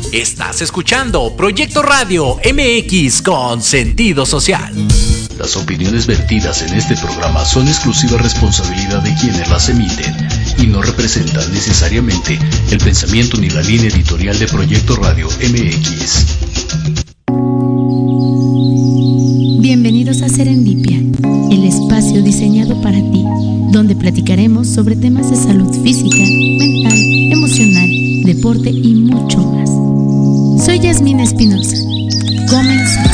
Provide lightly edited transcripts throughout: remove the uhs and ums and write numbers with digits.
Estás escuchando Proyecto Radio MX con sentido social. Las opiniones vertidas en este programa son exclusiva responsabilidad de quienes las emiten y no representan necesariamente el pensamiento ni la línea editorial de Proyecto Radio MX. Bienvenidos a Serendipia, el espacio diseñado para ti, donde platicaremos sobre temas de salud física, mental, emocional, deporte y mucho más. Soy Yasmina Espinosa. Comenzamos.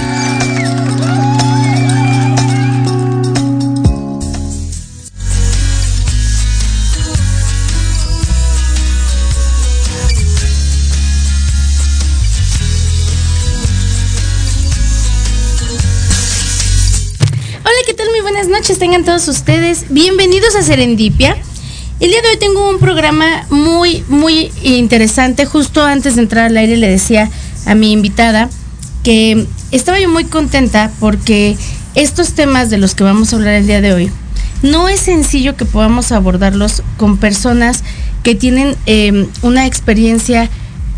Buenas noches, tengan todos ustedes bienvenidos a Serendipia. El día de hoy tengo un programa muy interesante. Justo antes de entrar al aire le decía a mi invitada que estaba yo muy contenta porque estos temas de los que vamos a hablar el día de hoy no es sencillo que podamos abordarlos con personas que tienen una experiencia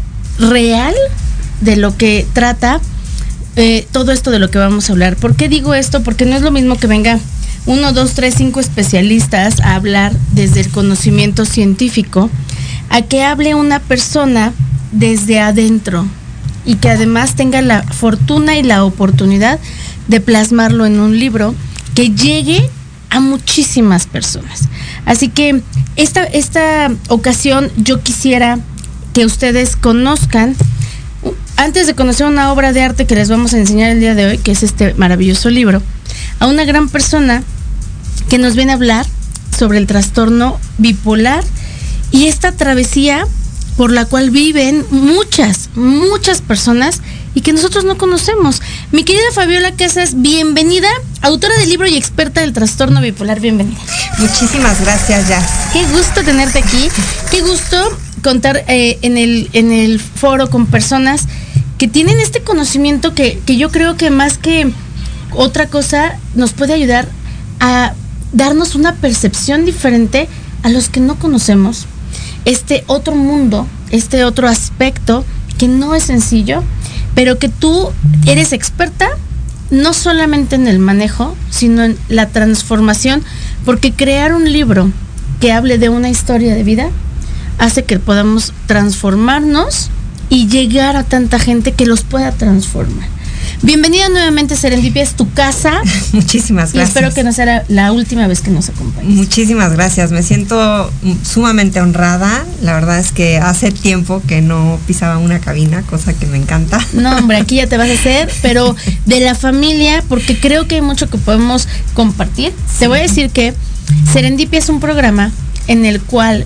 real de lo que trata todo esto de lo que vamos a hablar. ¿Por qué digo esto? Porque no es lo mismo que venga 1, 2, 3, 5 especialistas a hablar desde el conocimiento científico, a que hable una persona desde adentro y que además tenga la fortuna y la oportunidad de plasmarlo en un libro que llegue a muchísimas personas. Así que esta ocasión yo quisiera que ustedes conozcan, antes de conocer una obra de arte que les vamos a enseñar el día de hoy, que es este maravilloso libro, a una gran persona que nos viene a hablar sobre el trastorno bipolar y esta travesía por la cual viven muchas personas y que nosotros no conocemos. Mi querida Fabiola Casas, bienvenida, autora del libro y experta del trastorno bipolar, bienvenida. Muchísimas gracias, Jazz. Qué gusto tenerte aquí, qué gusto contar en el foro con personas que tienen este conocimiento que yo creo que más que otra cosa nos puede ayudar a darnos una percepción diferente a los que no conocemos este otro mundo, este otro aspecto que no es sencillo, pero que tú eres experta no solamente en el manejo, sino en la transformación, porque crear un libro que hable de una historia de vida hace que podamos transformarnos y llegar a tanta gente que los pueda transformar. Bienvenida nuevamente, Serendipia, es tu casa. Muchísimas gracias. Y espero que no sea la última vez que nos acompañes. Muchísimas gracias, me siento sumamente honrada. La verdad es que hace tiempo que no pisaba una cabina, cosa que me encanta. No, hombre, aquí ya te vas a hacer, pero de la familia, porque creo que hay mucho que podemos compartir. Sí. Te voy a decir que Serendipia es un programa en el cual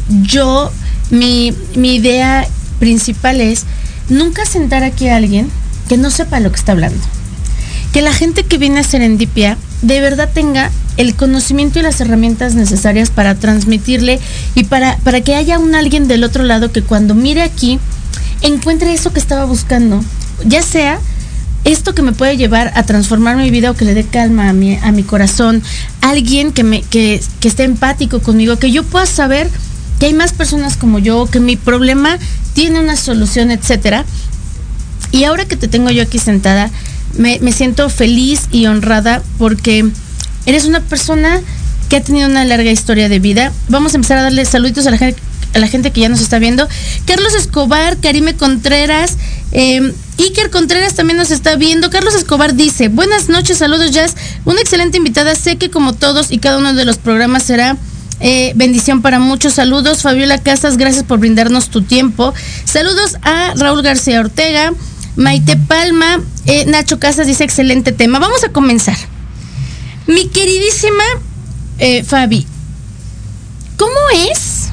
mi idea principal es nunca sentar aquí a alguien que no sepa lo que está hablando. Que la gente que viene a Serendipia de verdad tenga el conocimiento y las herramientas necesarias para transmitirle y para que haya alguien del otro lado que cuando mire aquí encuentre eso que estaba buscando. Ya sea esto que me puede llevar a transformar mi vida o que le dé calma a mi corazón. Alguien que esté empático conmigo, que yo pueda saber que hay más personas como yo, que mi problema tiene una solución, etcétera. Y ahora que te tengo yo aquí sentada, me siento feliz y honrada porque eres una persona que ha tenido una larga historia de vida. Vamos a empezar a darle saluditos a la gente que ya nos está viendo. Carlos Escobar, Karime Contreras, Iker Contreras también nos está viendo. Carlos Escobar dice: buenas noches, saludos, Jazz, una excelente invitada, sé que como todos y cada uno de los programas será bendición para muchos. Saludos, Fabiola Casas, gracias por brindarnos tu tiempo. Saludos a Raúl García Ortega, Maite Palma, Nacho Casas dice excelente tema. Vamos a comenzar. Mi queridísima Fabi, ¿cómo es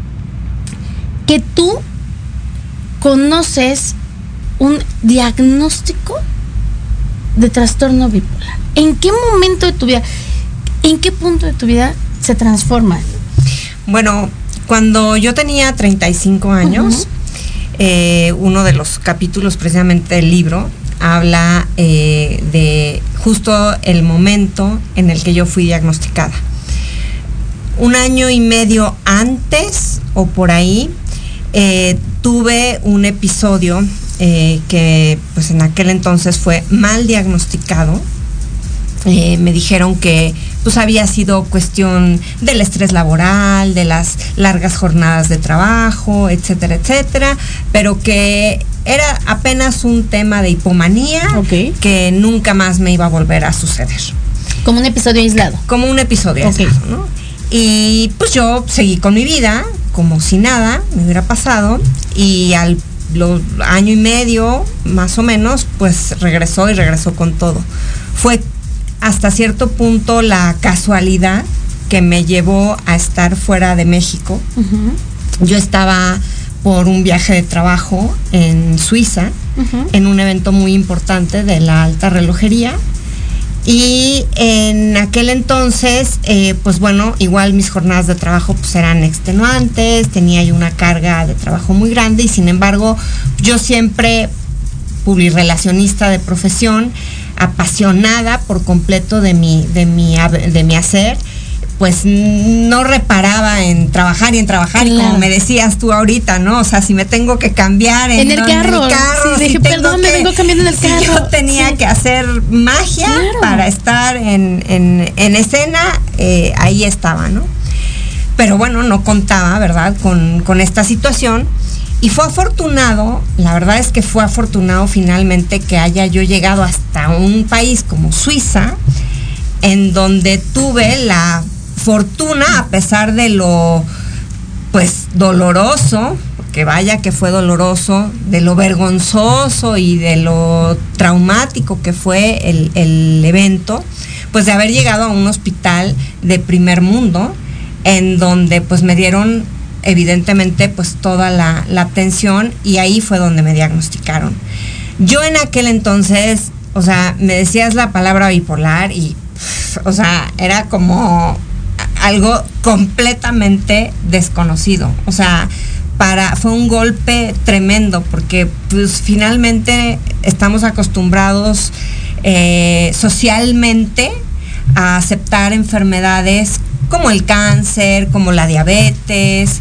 que tú conoces un diagnóstico de trastorno bipolar? ¿En qué momento de tu vida, en qué punto de tu vida se transforma? Bueno, cuando yo tenía 35 años, uno de los capítulos precisamente del libro habla de justo el momento en el que yo fui diagnosticada. 1 año y medio antes o por ahí tuve un episodio que pues en aquel entonces fue mal diagnosticado. Me dijeron que pues había sido cuestión del estrés laboral, de las largas jornadas de trabajo, etcétera, etcétera, pero que era apenas un tema de hipomanía, que nunca más me iba a volver a suceder. Como un episodio aislado. Como un episodio aislado, ¿no? Y pues yo seguí con mi vida, como si nada me hubiera pasado, y al año y medio, más o menos, pues regresó con todo. Fue hasta cierto punto la casualidad que me llevó a estar fuera de México. Yo estaba por un viaje de trabajo en Suiza, en un evento muy importante de la alta relojería, y en aquel entonces pues bueno, igual mis jornadas de trabajo pues eran extenuantes, tenía yo una carga de trabajo muy grande, y sin embargo yo siempre publirrelacionista de profesión, apasionada por completo de mi hacer, pues no reparaba en trabajar y como me decías tú ahorita, ¿no? O sea, si me tengo que cambiar en el carro. Sí, dije, perdón, me vengo cambiando en el carro. Yo tenía que hacer magia para estar en escena, ahí estaba, ¿no? Pero bueno, no contaba, ¿verdad?, con esta situación. Y fue afortunado, la verdad es que fue afortunado finalmente que haya yo llegado hasta un país como Suiza, en donde tuve la fortuna, a pesar de lo pues doloroso, porque vaya que fue doloroso, de lo vergonzoso y de lo traumático que fue el evento, pues de haber llegado a un hospital de primer mundo, en donde pues me dieron evidentemente pues toda la atención, y ahí fue donde me diagnosticaron. Yo en aquel entonces, o sea, me decías la palabra bipolar y, o sea, era como algo completamente desconocido. O sea, fue un golpe tremendo, porque pues finalmente estamos acostumbrados socialmente a aceptar enfermedades como el cáncer, como la diabetes,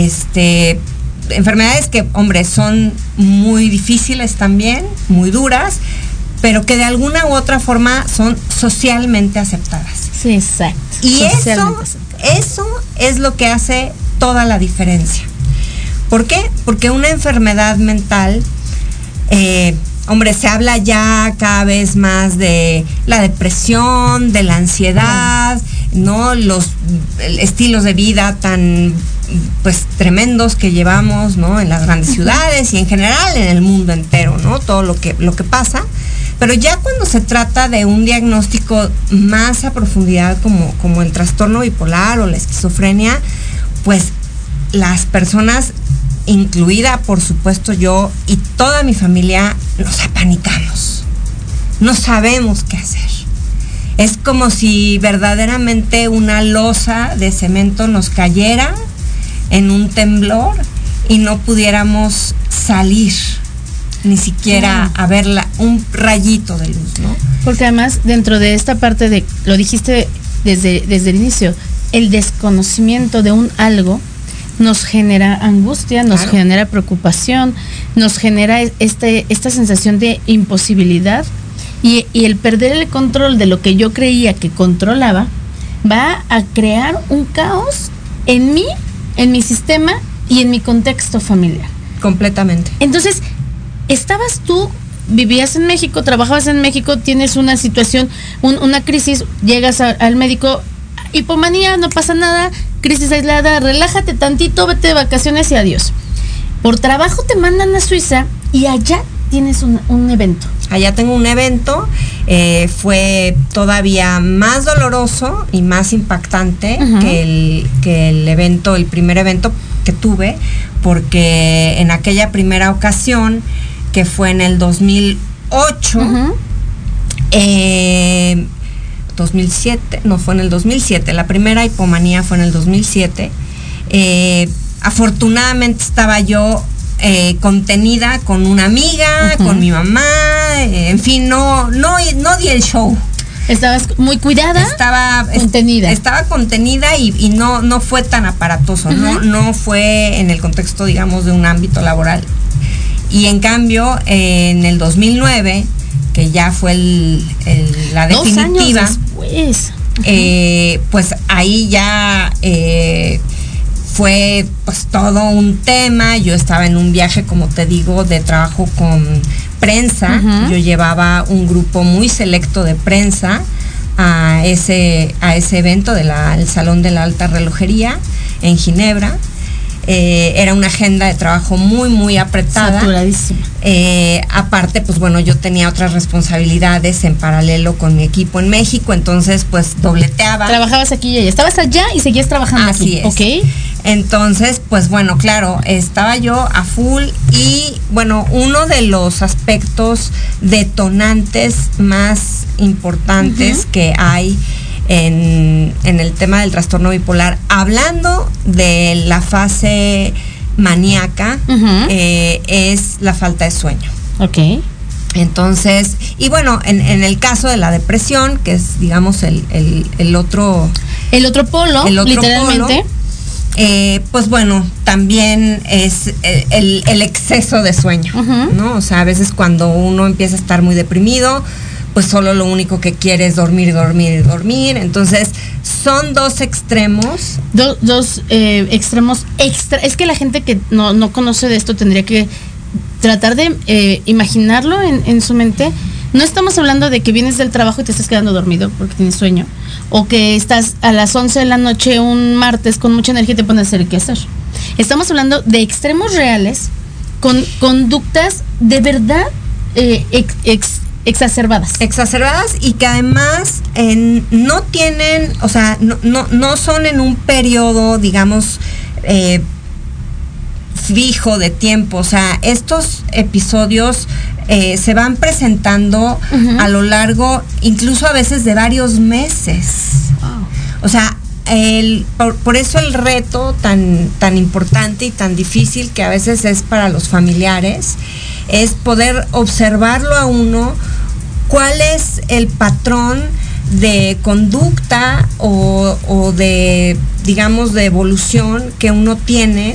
enfermedades que, hombre, son muy difíciles también, muy duras, pero que de alguna u otra forma son socialmente aceptadas. Sí, exacto. Y eso es lo que hace toda la diferencia. ¿Por qué? Porque una enfermedad mental, hombre, se habla ya cada vez más de la depresión, de la ansiedad, ¿no? Los estilos de vida tan pues tremendos que llevamos, ¿no?, en las grandes ciudades y en general en el mundo entero, ¿no? Todo lo que pasa. Pero ya cuando se trata de un diagnóstico más a profundidad, como el trastorno bipolar o la esquizofrenia, pues las personas, incluida por supuesto yo y toda mi familia, nos apanicamos. No sabemos qué hacer. Es como si verdaderamente una losa de cemento nos cayera en un temblor y no pudiéramos salir ni siquiera a ver un rayito de luz, ¿no? Porque además, dentro de esta parte de, lo dijiste desde el inicio, el desconocimiento de un algo nos genera angustia, nos genera preocupación, nos genera esta sensación de imposibilidad, y el perder el control de lo que yo creía que controlaba va a crear un caos en mí, en mi sistema y en mi contexto familiar. Completamente. Entonces, estabas tú, vivías en México, trabajabas en México, tienes una situación, una crisis, llegas al médico, hipomanía, no pasa nada, crisis aislada, relájate tantito, vete de vacaciones y adiós. Por trabajo te mandan a Suiza y allá tienes un evento. Allá tengo un evento, fue todavía más doloroso y más impactante que el evento, el primer evento que tuve, porque en aquella primera ocasión, que fue en el 2008, 2007, no, fue en el 2007, la primera hipomanía fue en el 2007, afortunadamente estaba yo contenida con una amiga, con mi mamá, en fin, no di el show. Estabas muy cuidada, contenida. Estaba contenida y no fue tan aparatoso, no fue en el contexto, digamos, de un ámbito laboral. Y en cambio, en el 2009, que ya fue la definitiva, 2 años después. Pues ahí ya fue pues todo un tema. Yo estaba en un viaje, como te digo, de trabajo con prensa. Yo llevaba un grupo muy selecto de prensa a ese evento del Salón de la Alta Relojería en Ginebra. Era una agenda de trabajo muy, muy apretada. Saturadísima. Aparte, pues bueno, yo tenía otras responsabilidades en paralelo con mi equipo en México, entonces pues dobleteaba. Trabajabas aquí y allá. Estabas allá y seguías trabajando Así aquí. es. Ok. Entonces, pues bueno, claro, estaba yo a full y bueno, uno de los aspectos detonantes más importantes que hay en el tema del trastorno bipolar, hablando de la fase maníaca, es la falta de sueño. Ok. Entonces, y bueno, en el caso de la depresión, que es, digamos, el otro... El otro polo, literalmente. Pues bueno, también es el exceso de sueño, ¿no? O sea, a veces cuando uno empieza a estar muy deprimido, pues solo lo único que quiere es dormir. Entonces, son dos extremos. Dos extremos extra. Es que la gente que no conoce de esto tendría que tratar de imaginarlo en su mente. No estamos hablando de que vienes del trabajo y te estás quedando dormido porque tienes sueño, o que estás a las 11 de la noche un martes con mucha energía y te pones a hacer qué hacer. Estamos hablando de extremos reales con conductas de verdad exacerbadas y que además no tienen, o sea, no son en un periodo, digamos, fijo de tiempo. O sea, estos episodios se van presentando a lo largo, incluso a veces de varios meses. Wow. O sea, por eso el reto tan importante y tan difícil que a veces es para los familiares es poder observarlo a uno, cuál es el patrón de conducta o de, digamos, de evolución que uno tiene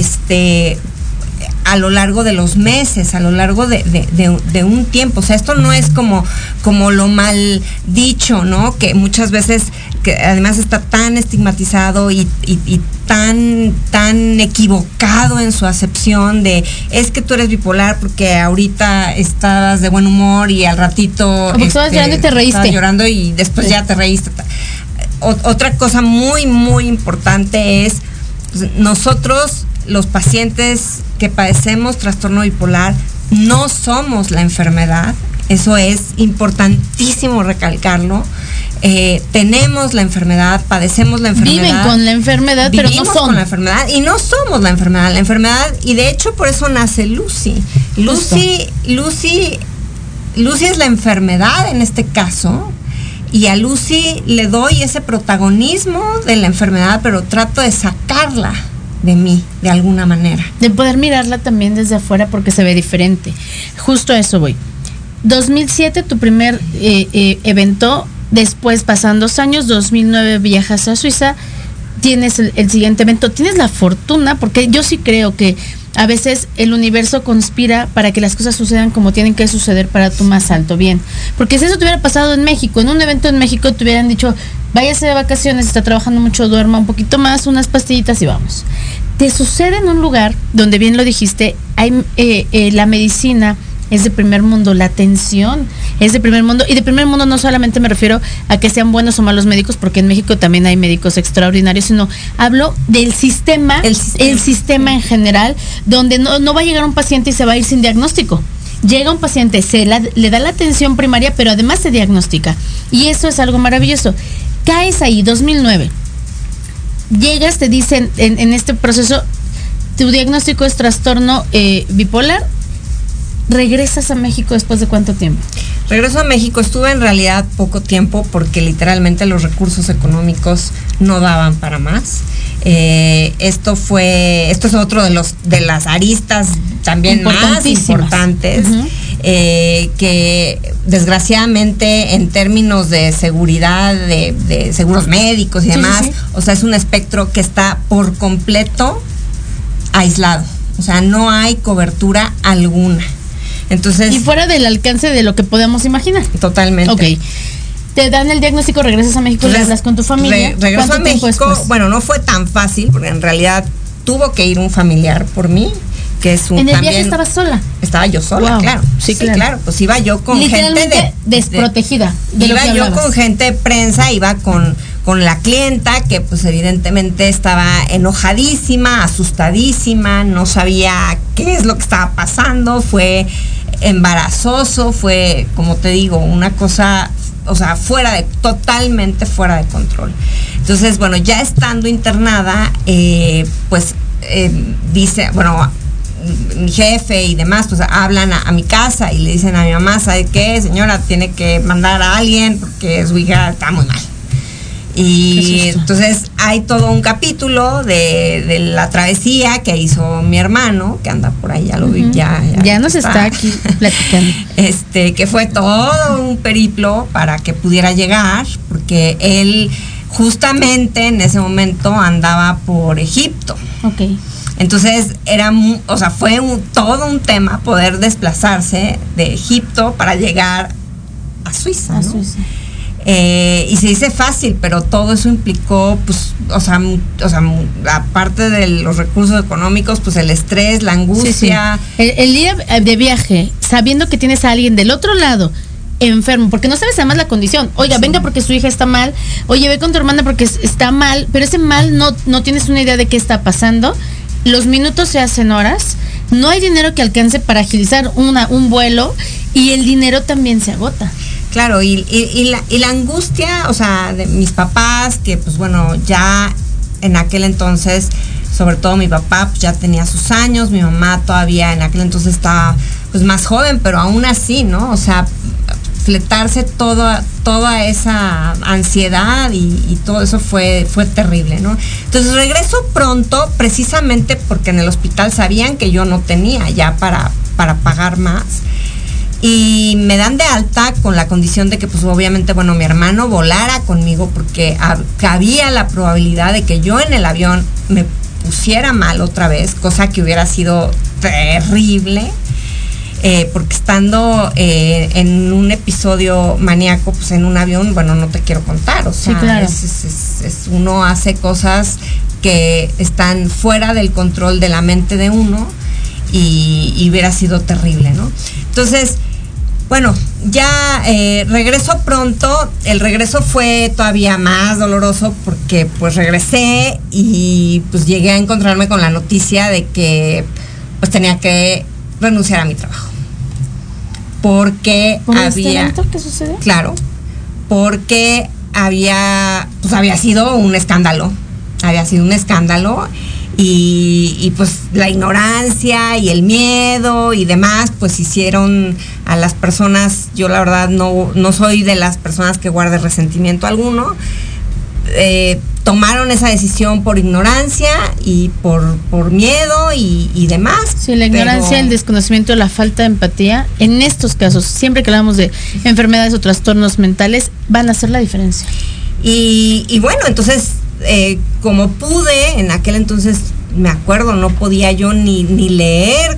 a lo largo de los meses, a lo largo de un tiempo. O sea, esto no es como lo mal dicho, ¿no? Que muchas veces, que además está tan estigmatizado y tan equivocado en su acepción de, es que tú eres bipolar porque ahorita estás de buen humor y al ratito como estabas llorando y te reíste. Estabas llorando y después ya te reíste. Otra cosa muy, muy importante es, pues, nosotros, los pacientes que padecemos trastorno bipolar, no somos la enfermedad. Eso es importantísimo recalcarlo. Tenemos la enfermedad, padecemos la enfermedad. Viven con la enfermedad, pero no son. Con la enfermedad y no somos la enfermedad. La enfermedad, y de hecho por eso nace Lucy. Lucy es la enfermedad en este caso. Y a Lucy le doy ese protagonismo de la enfermedad, pero trato de sacarla de mí, de alguna manera. De poder mirarla también desde afuera porque se ve diferente. Justo a eso voy. 2007, tu primer evento, después pasan 2 años, 2009 viajas a Suiza, tienes el siguiente evento, tienes la fortuna, porque yo sí creo que a veces el universo conspira para que las cosas sucedan como tienen que suceder para tu más alto bien. Porque si eso te hubiera pasado en México, en un evento en México, te hubieran dicho, váyase de vacaciones, está trabajando mucho, duerma un poquito más, unas pastillitas y vamos. Te sucede en un lugar donde, bien lo dijiste, hay la medicina es de primer mundo, la atención es de primer mundo, y de primer mundo no solamente me refiero a que sean buenos o malos médicos, porque en México también hay médicos extraordinarios, sino hablo del sistema, el sistema en general, donde no va a llegar un paciente y se va a ir sin diagnóstico. Llega un paciente, le da la atención primaria, pero además se diagnostica, y eso es algo maravilloso. Caes ahí, 2009, llegas, te dicen en este proceso, tu diagnóstico es trastorno bipolar. ¿Regresas a México después de cuánto tiempo? Regreso a México, estuve en realidad poco tiempo porque literalmente los recursos económicos no daban para más. Esto es otro de las aristas también más importantes, que desgraciadamente en términos de seguridad, de seguros médicos y demás, o sea, es un espectro que está por completo aislado. o sea, no hay cobertura alguna. Entonces, y fuera del alcance de lo que podemos imaginar. Totalmente. Ok. Te dan el diagnóstico, regresas a México y hablas con tu familia. Regreso a México, bueno, no fue tan fácil, porque en realidad tuvo que ir un familiar por mí, que es un ¿En el también, viaje estabas sola? Estaba yo sola, Wow. claro. Sí, claro. Pues iba yo con gente desprotegida. Iba yo con gente de prensa, iba con la clienta que pues evidentemente estaba enojadísima, asustadísima, no sabía qué es lo que estaba pasando, fue embarazoso, fue, como te digo, una cosa, o sea, totalmente fuera de control. Entonces, bueno, ya estando internada, dice, bueno, mi jefe y demás, pues hablan a mi casa y le dicen a mi mamá, ¿sabe qué, señora? Tiene que mandar a alguien porque su hija está muy mal. Y entonces hay todo un capítulo de la travesía que hizo mi hermano, que anda por ahí, ya lo vi, ya nos está aquí platicando. Que fue todo un periplo para que pudiera llegar, porque él justamente en ese momento andaba por Egipto. Ok. Entonces fue todo un tema poder desplazarse de Egipto para llegar a Suiza, ¿no? Suiza. Y se dice fácil, pero todo eso implicó, pues, aparte de los recursos económicos, pues el estrés, la angustia. Sí. El día de viaje, sabiendo que tienes a alguien del otro lado enfermo, porque no sabes además la condición. Oiga, venga porque su hija está mal. Oye, ve con tu hermana porque está mal, pero ese mal no tienes una idea de qué está pasando. Los minutos se hacen horas. No hay dinero que alcance para agilizar un vuelo y el dinero también se agota. Claro, y la angustia, o sea, de mis papás, que pues bueno, ya en aquel entonces, sobre todo mi papá, pues ya tenía sus años, mi mamá todavía en aquel entonces estaba pues más joven, pero aún así, ¿no? O sea, fletarse toda esa ansiedad y todo eso fue terrible, ¿no? Entonces regreso pronto, precisamente porque en el hospital sabían que yo no tenía ya para pagar más. Y me dan de alta con la condición de que, pues obviamente, bueno, mi hermano volara conmigo porque había la probabilidad de que yo en el avión me pusiera mal otra vez, cosa que hubiera sido terrible, porque estando en un episodio maníaco, pues en un avión, bueno, no te quiero contar, o sea, sí, claro. Uno hace cosas que están fuera del control de la mente de uno y hubiera sido terrible, ¿no? Entonces, bueno, ya regreso pronto. El regreso fue todavía más doloroso porque pues regresé y pues llegué a encontrarme con la noticia de que pues tenía que renunciar a mi trabajo. Porque ¿por este evento que sucedió? Claro, porque había sido un escándalo. Había sido un escándalo. Y pues la ignorancia y el miedo y demás pues hicieron a las personas, yo la verdad no soy de las personas que guarde resentimiento alguno, tomaron esa decisión por ignorancia y por miedo y demás. Sí, la ignorancia, el desconocimiento, la falta de empatía, en estos casos, siempre que hablamos de enfermedades o trastornos mentales, van a hacer la diferencia. Y bueno, entonces como pude, en aquel entonces me acuerdo, no podía yo ni leer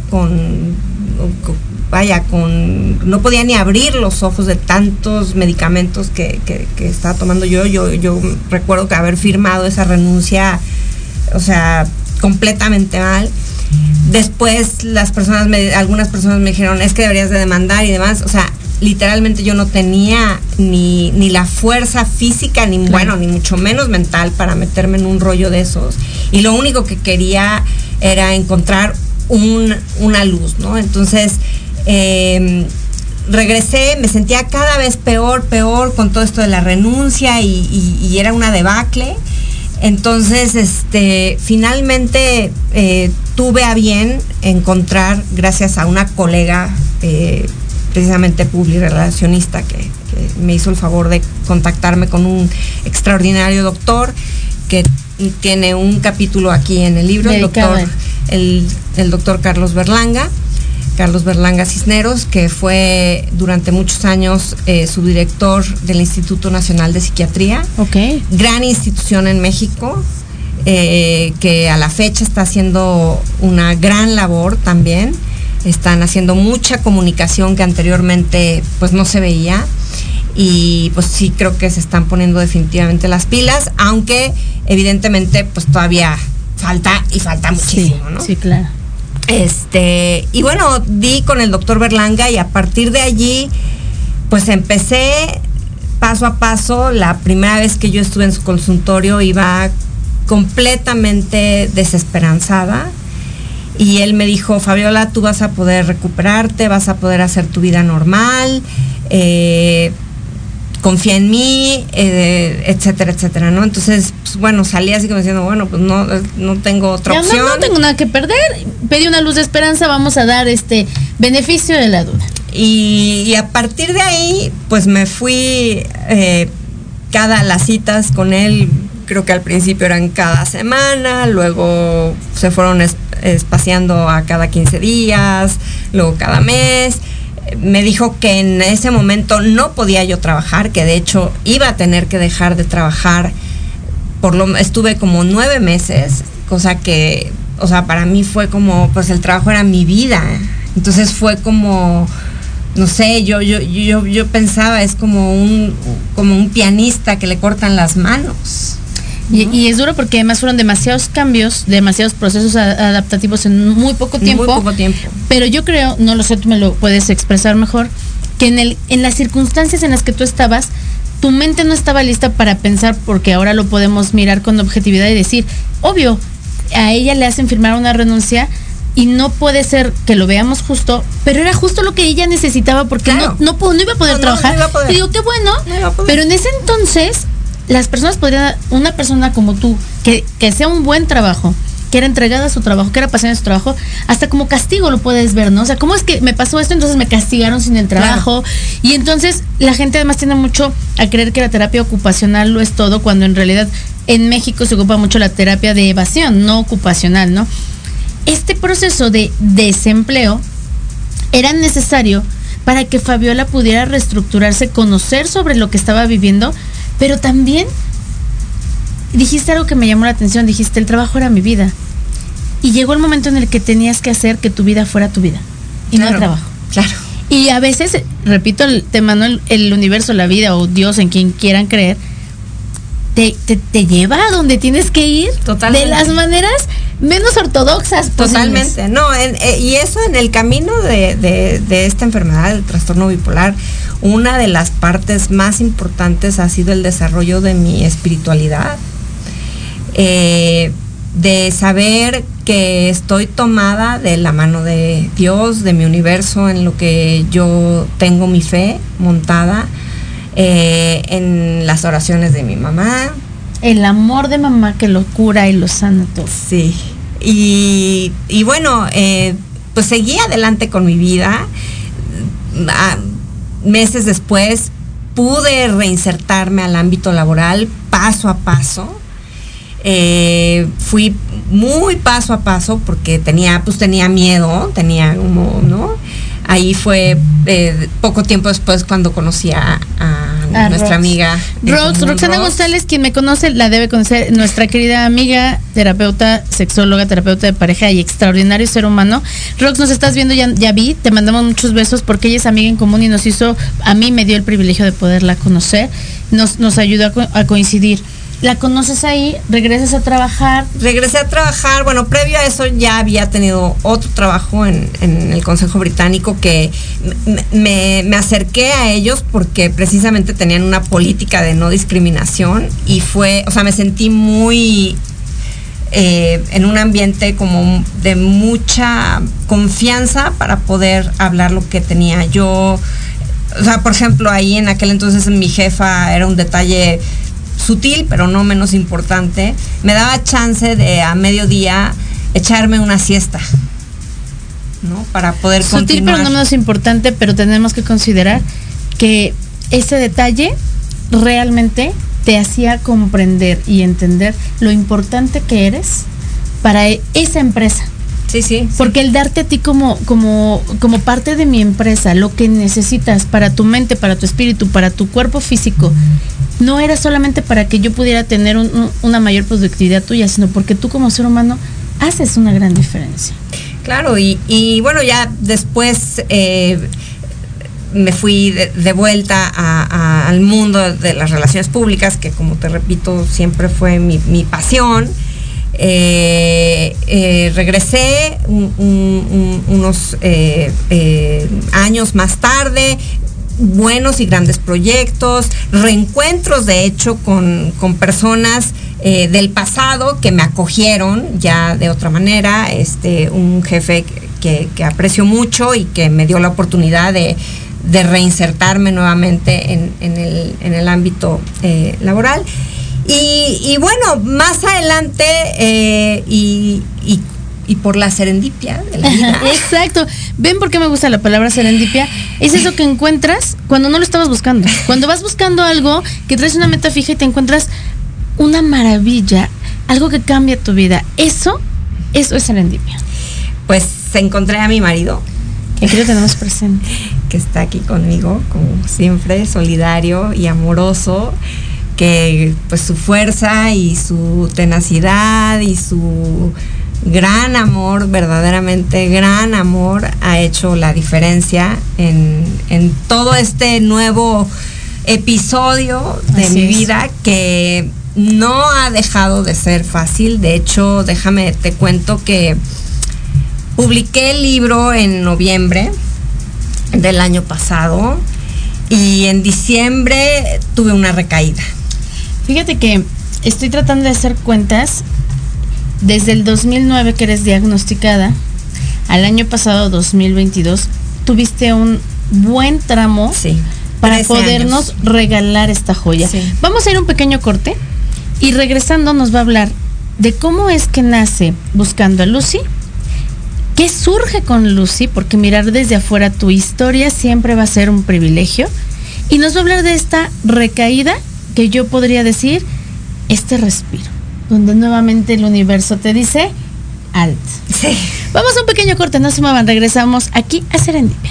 no podía ni abrir los ojos de tantos medicamentos que estaba tomando yo recuerdo que haber firmado esa renuncia, o sea, completamente mal. Después algunas personas me dijeron, es que deberías de demandar y demás, o sea, literalmente yo no tenía ni la fuerza física, ni bueno, ni mucho menos mental para meterme en un rollo de esos. Y lo único que quería era encontrar una luz, ¿no? Entonces, regresé, me sentía cada vez peor con todo esto de la renuncia y era una debacle. Entonces, finalmente tuve a bien encontrar, gracias a una colega precisamente publirelacionista que me hizo el favor de contactarme con un extraordinario doctor que tiene un capítulo aquí en el libro, el doctor Carlos Berlanga Cisneros, que fue durante muchos años subdirector del Instituto Nacional de Psiquiatría. Okay. Gran institución en México. que a la fecha está haciendo una gran labor también. Están haciendo mucha comunicación que anteriormente pues no se veía, y pues sí creo que se están poniendo definitivamente las pilas, aunque evidentemente pues todavía falta muchísimo, ¿no? Sí, claro. Y bueno, di con el doctor Berlanga, y a partir de allí pues empecé paso a paso. La primera vez que yo estuve en su consultorio iba completamente desesperanzada, y él me dijo: Fabiola, tú vas a poder recuperarte, vas a poder hacer tu vida normal, confía en mí, etcétera, etcétera, ¿no? Entonces, pues, bueno, salí así como diciendo, bueno, pues no tengo otra opción. No tengo nada que perder, pedí una luz de esperanza, vamos a dar beneficio de la duda. Y a partir de ahí, pues me fui las citas con él, creo que al principio eran cada semana, luego se fueron espaciando a cada 15 días, luego cada mes. Me dijo que en ese momento no podía yo trabajar, que de hecho iba a tener que dejar de trabajar. Estuve como 9 meses, cosa que, o sea, para mí fue como, pues el trabajo era mi vida. Entonces fue como, no sé, yo pensaba, es como un pianista que le cortan las manos. Y es duro porque además fueron demasiados cambios, demasiados procesos adaptativos en muy poco tiempo. Muy poco tiempo. Pero yo creo, no lo sé, tú me lo puedes expresar mejor, que en las circunstancias en las que tú estabas, tu mente no estaba lista para pensar, porque ahora lo podemos mirar con objetividad y decir, obvio, a ella le hacen firmar una renuncia y no puede ser que lo veamos justo, pero era justo lo que ella necesitaba, porque claro, no iba a poder trabajar. No iba a poder. Y digo, qué bueno, pero en ese entonces las personas podrían, una persona como tú, que sea un buen trabajo, que era entregada a su trabajo, que era apasionada a su trabajo, hasta como castigo lo puedes ver, ¿no? O sea, ¿cómo es que me pasó esto? Entonces me castigaron sin el trabajo. Claro. Y entonces la gente además tiende mucho a creer que la terapia ocupacional lo es todo, cuando en realidad en México se ocupa mucho la terapia de evasión, no ocupacional, ¿no? Este proceso de desempleo era necesario para que Fabiola pudiera reestructurarse, conocer sobre lo que estaba viviendo, pero también dijiste algo que me llamó la atención, dijiste, el trabajo era mi vida. Y llegó el momento en el que tenías que hacer que tu vida fuera tu vida y claro, no el trabajo. Claro. Y a veces, repito el tema, ¿no? El universo, la vida o Dios, en quien quieran creer, te lleva a donde tienes que ir. Totalmente. De las maneras menos ortodoxas posibles. Totalmente. No, y eso en el camino de esta enfermedad, el trastorno bipolar, una de las partes más importantes ha sido el desarrollo de mi espiritualidad. De saber que estoy tomada de la mano de Dios, de mi universo, en lo que yo tengo mi fe montada, en las oraciones de mi mamá. El amor de mamá que lo cura y lo sana todo. Sí. Y bueno, pues seguí adelante con mi vida. Meses después pude reinsertarme al ámbito laboral paso a paso. Fui muy paso a paso porque tenía miedo, tenía como, ¿no? Ahí fue poco tiempo después cuando conocí a nuestra amiga Roxana González. Quien me conoce la debe conocer, nuestra querida amiga, terapeuta, sexóloga, terapeuta de pareja y extraordinario ser humano. Rox, nos estás viendo, ya vi, te mandamos muchos besos porque ella es amiga en común y a mí me dio el privilegio de poderla conocer, nos ayudó a coincidir. ¿La conoces ahí? ¿Regresas a trabajar? Regresé a trabajar. Bueno, previo a eso ya había tenido otro trabajo en el Consejo Británico, que me acerqué a ellos porque precisamente tenían una política de no discriminación, y me sentí muy en un ambiente como de mucha confianza para poder hablar lo que tenía yo. O sea, por ejemplo, ahí en aquel entonces mi jefa era un detalle sutil, pero no menos importante. Me daba chance de a mediodía echarme una siesta, ¿no? Para poder continuar. Sutil, pero no menos importante, pero tenemos que considerar que ese detalle realmente te hacía comprender y entender lo importante que eres para esa empresa. Sí. Porque el darte a ti como parte de mi empresa, lo que necesitas para tu mente, para tu espíritu, para tu cuerpo físico, no era solamente para que yo pudiera tener una mayor productividad tuya, sino porque tú como ser humano haces una gran diferencia. Claro, y bueno, ya después me fui de vuelta al mundo de las relaciones públicas, que como te repito, siempre fue mi pasión. Regresé unos años más tarde, buenos y grandes proyectos, reencuentros de hecho con personas del pasado que me acogieron ya de otra manera, un jefe que aprecio mucho y que me dio la oportunidad de reinsertarme nuevamente en el ámbito laboral. Y bueno, más adelante y por la serendipia de la vida. Exacto. ¿Ven por qué me gusta la palabra serendipia? Es eso que encuentras cuando no lo estabas buscando. Cuando vas buscando algo, que traes una meta fija y te encuentras una maravilla, algo que cambia tu vida. Eso es serendipia. Pues encontré a mi marido. Que aquí lo tenemos presente. Que está aquí conmigo, como siempre, solidario y amoroso. Que pues su fuerza y su tenacidad y su gran amor, verdaderamente gran amor, ha hecho la diferencia en todo este nuevo episodio de mi vida, que no ha dejado de ser fácil. De hecho, te cuento que publiqué el libro en noviembre del año pasado y en diciembre tuve una recaída. Fíjate que estoy tratando de hacer cuentas. Desde el 2009 que eres diagnosticada al año pasado, 2022, tuviste un buen tramo para podernos regalar esta joya. Sí. Vamos a ir a un pequeño corte y regresando nos va a hablar de cómo es que nace Buscando a Lucy, qué surge con Lucy, porque mirar desde afuera tu historia siempre va a ser un privilegio, y nos va a hablar de esta recaída que yo podría decir, este respiro, donde nuevamente el universo te dice alt. Sí. Vamos a un pequeño corte, no se muevan, regresamos aquí a Serendipia.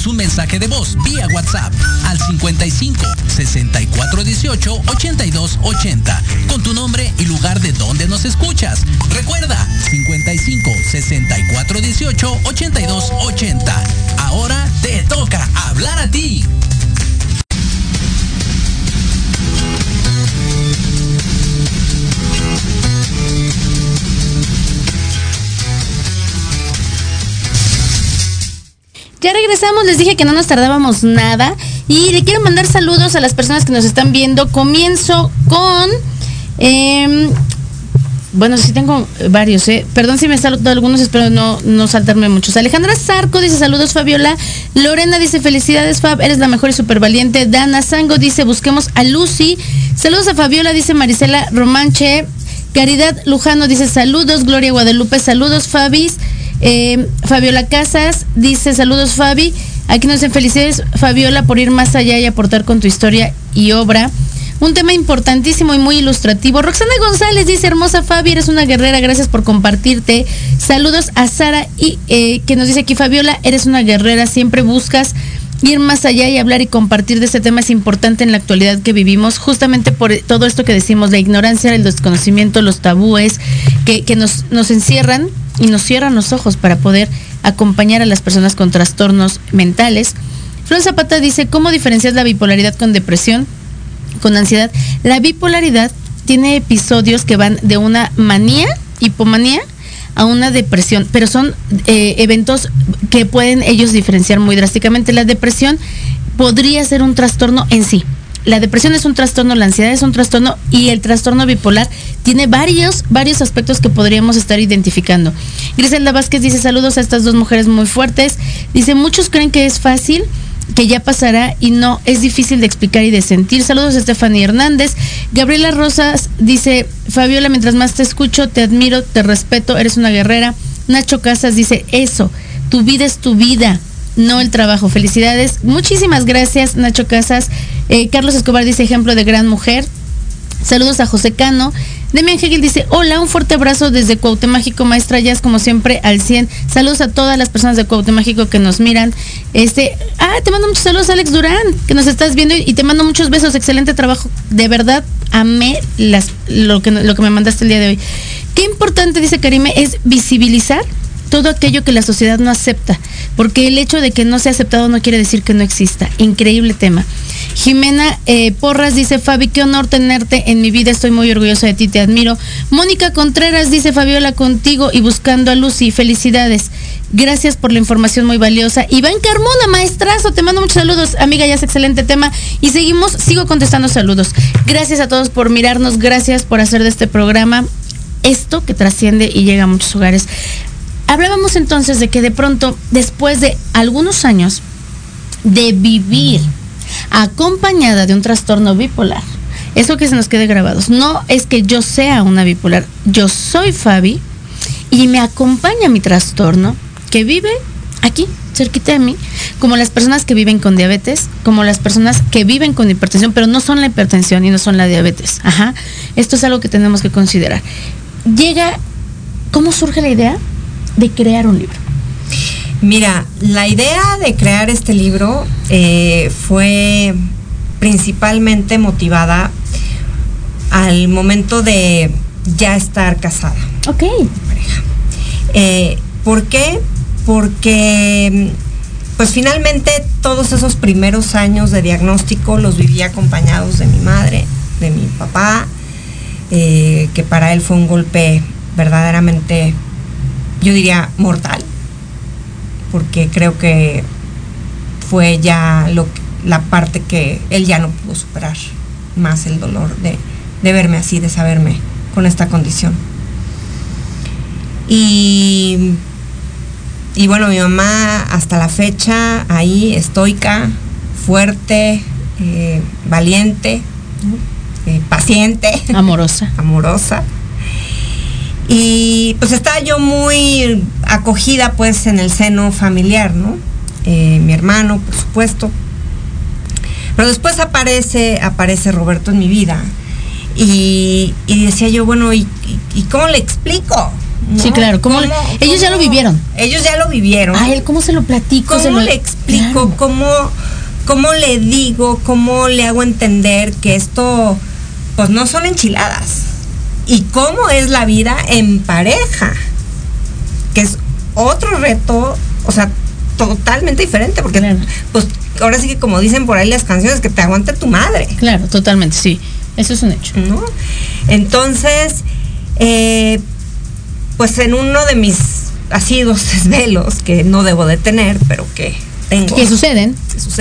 un mensaje de voz vía WhatsApp al 55 64 18 82 80 con tu nombre y lugar de donde nos escuchas. Recuerda, 55 64 18 82 80. Ahora te toca hablar a ti. Ya regresamos, les dije que no nos tardábamos nada y le quiero mandar saludos a las personas que nos están viendo. Comienzo con... bueno, sí tengo varios, perdón si me salto algunos, espero no saltarme muchos. Alejandra Zarco dice saludos Fabiola. Lorena dice felicidades Fab, eres la mejor y súper valiente. Dana Sango dice busquemos a Lucy. Saludos a Fabiola, dice Marisela Romanche. Caridad Lujano dice saludos. Gloria Guadalupe, saludos Fabis. Fabiola Casas dice saludos Fabi, aquí nos dicen felicidades Fabiola por ir más allá y aportar con tu historia y obra, un tema importantísimo y muy ilustrativo. Roxana González dice hermosa Fabi, eres una guerrera, gracias por compartirte. Saludos a Sara y que nos dice aquí Fabiola, eres una guerrera, siempre buscas ir más allá y hablar y compartir de este tema es importante en la actualidad que vivimos, justamente por todo esto que decimos, la ignorancia, el desconocimiento, los tabúes que nos encierran y nos cierran los ojos para poder acompañar a las personas con trastornos mentales. Flor Zapata dice, ¿cómo diferencias la bipolaridad con depresión, con ansiedad? La bipolaridad tiene episodios que van de una manía, hipomanía, a una depresión, pero son eventos que pueden ellos diferenciar muy drásticamente. La depresión podría ser un trastorno en sí. La depresión es un trastorno, la ansiedad es un trastorno y el trastorno bipolar tiene varios aspectos que podríamos estar identificando. Griselda Vázquez dice saludos a estas dos mujeres muy fuertes. Dice muchos creen que es fácil, que ya pasará y no, es difícil de explicar y de sentir. Saludos a Estefanía Hernández. Gabriela Rosas dice Fabiola, mientras más te escucho, te admiro, te respeto, eres una guerrera. Nacho Casas dice eso, tu vida es tu vida, no el trabajo. Felicidades, muchísimas gracias Nacho Casas. Carlos Escobar dice ejemplo de gran mujer. Saludos a José Cano. Demian Hegel dice hola, un fuerte abrazo desde Cuauhtémoc, maestra Jazz como siempre al 100. Saludos a todas las personas de Cuauhtémoc que nos miran. Te mando muchos saludos Alex Durán, que nos estás viendo y te mando muchos besos, excelente trabajo, de verdad amé lo que me mandaste el día de hoy. Qué importante, dice Karime, es visibilizar todo aquello que la sociedad no acepta, porque el hecho de que no sea aceptado no quiere decir que no exista. Increíble tema. Jimena Porras dice Fabi, qué honor tenerte en mi vida, estoy muy orgullosa de ti, te admiro. Mónica Contreras dice Fabiola, contigo y buscando a Lucy, felicidades, gracias por la información muy valiosa. Iván Carmona, maestrazo, te mando muchos saludos, amiga, ya es excelente tema y sigo contestando saludos. Gracias a todos por mirarnos, gracias por hacer de este programa esto que trasciende y llega a muchos hogares. Hablábamos entonces de que de pronto, después de algunos años de vivir acompañada de un trastorno bipolar, eso que se nos quede grabados, no es que yo sea una bipolar, yo soy Fabi y me acompaña mi trastorno que vive aquí, cerquita de mí, como las personas que viven con diabetes, como las personas que viven con hipertensión, pero no son la hipertensión y no son la diabetes. Esto es algo que tenemos que considerar. ¿Cómo surge la idea de crear un libro? Mira, la idea de crear este libro fue principalmente motivada al momento de ya estar casada. Ok. Pareja. ¿Por qué? Porque pues finalmente todos esos primeros años de diagnóstico los viví acompañados de mi madre, de mi papá, que para él fue un golpe verdaderamente, yo diría, mortal, porque creo que fue ya la parte que él ya no pudo superar más, el dolor de verme así, de saberme con esta condición. Y bueno, mi mamá hasta la fecha ahí, estoica, fuerte, valiente, paciente, amorosa. Y pues estaba yo muy acogida pues en el seno familiar, ¿no? Mi hermano, por supuesto. Pero después aparece Roberto en mi vida y decía yo, bueno, ¿y cómo le explico? ¿no? Sí, claro. Ellos ya lo vivieron. Ellos ya lo vivieron. A él, ¿cómo se lo platico? ¿Cómo le explico? Claro. ¿Cómo le digo? ¿Cómo le hago entender que esto, pues, no son enchiladas? Y cómo es la vida en pareja, que es otro reto, o sea, totalmente diferente, porque claro, pues ahora sí que como dicen por ahí las canciones, que te aguante tu madre. Claro, totalmente, sí, eso es un hecho, ¿no? Entonces, pues en uno de mis asiduos desvelos, que no debo de tener, pero que tengo. Que suceden.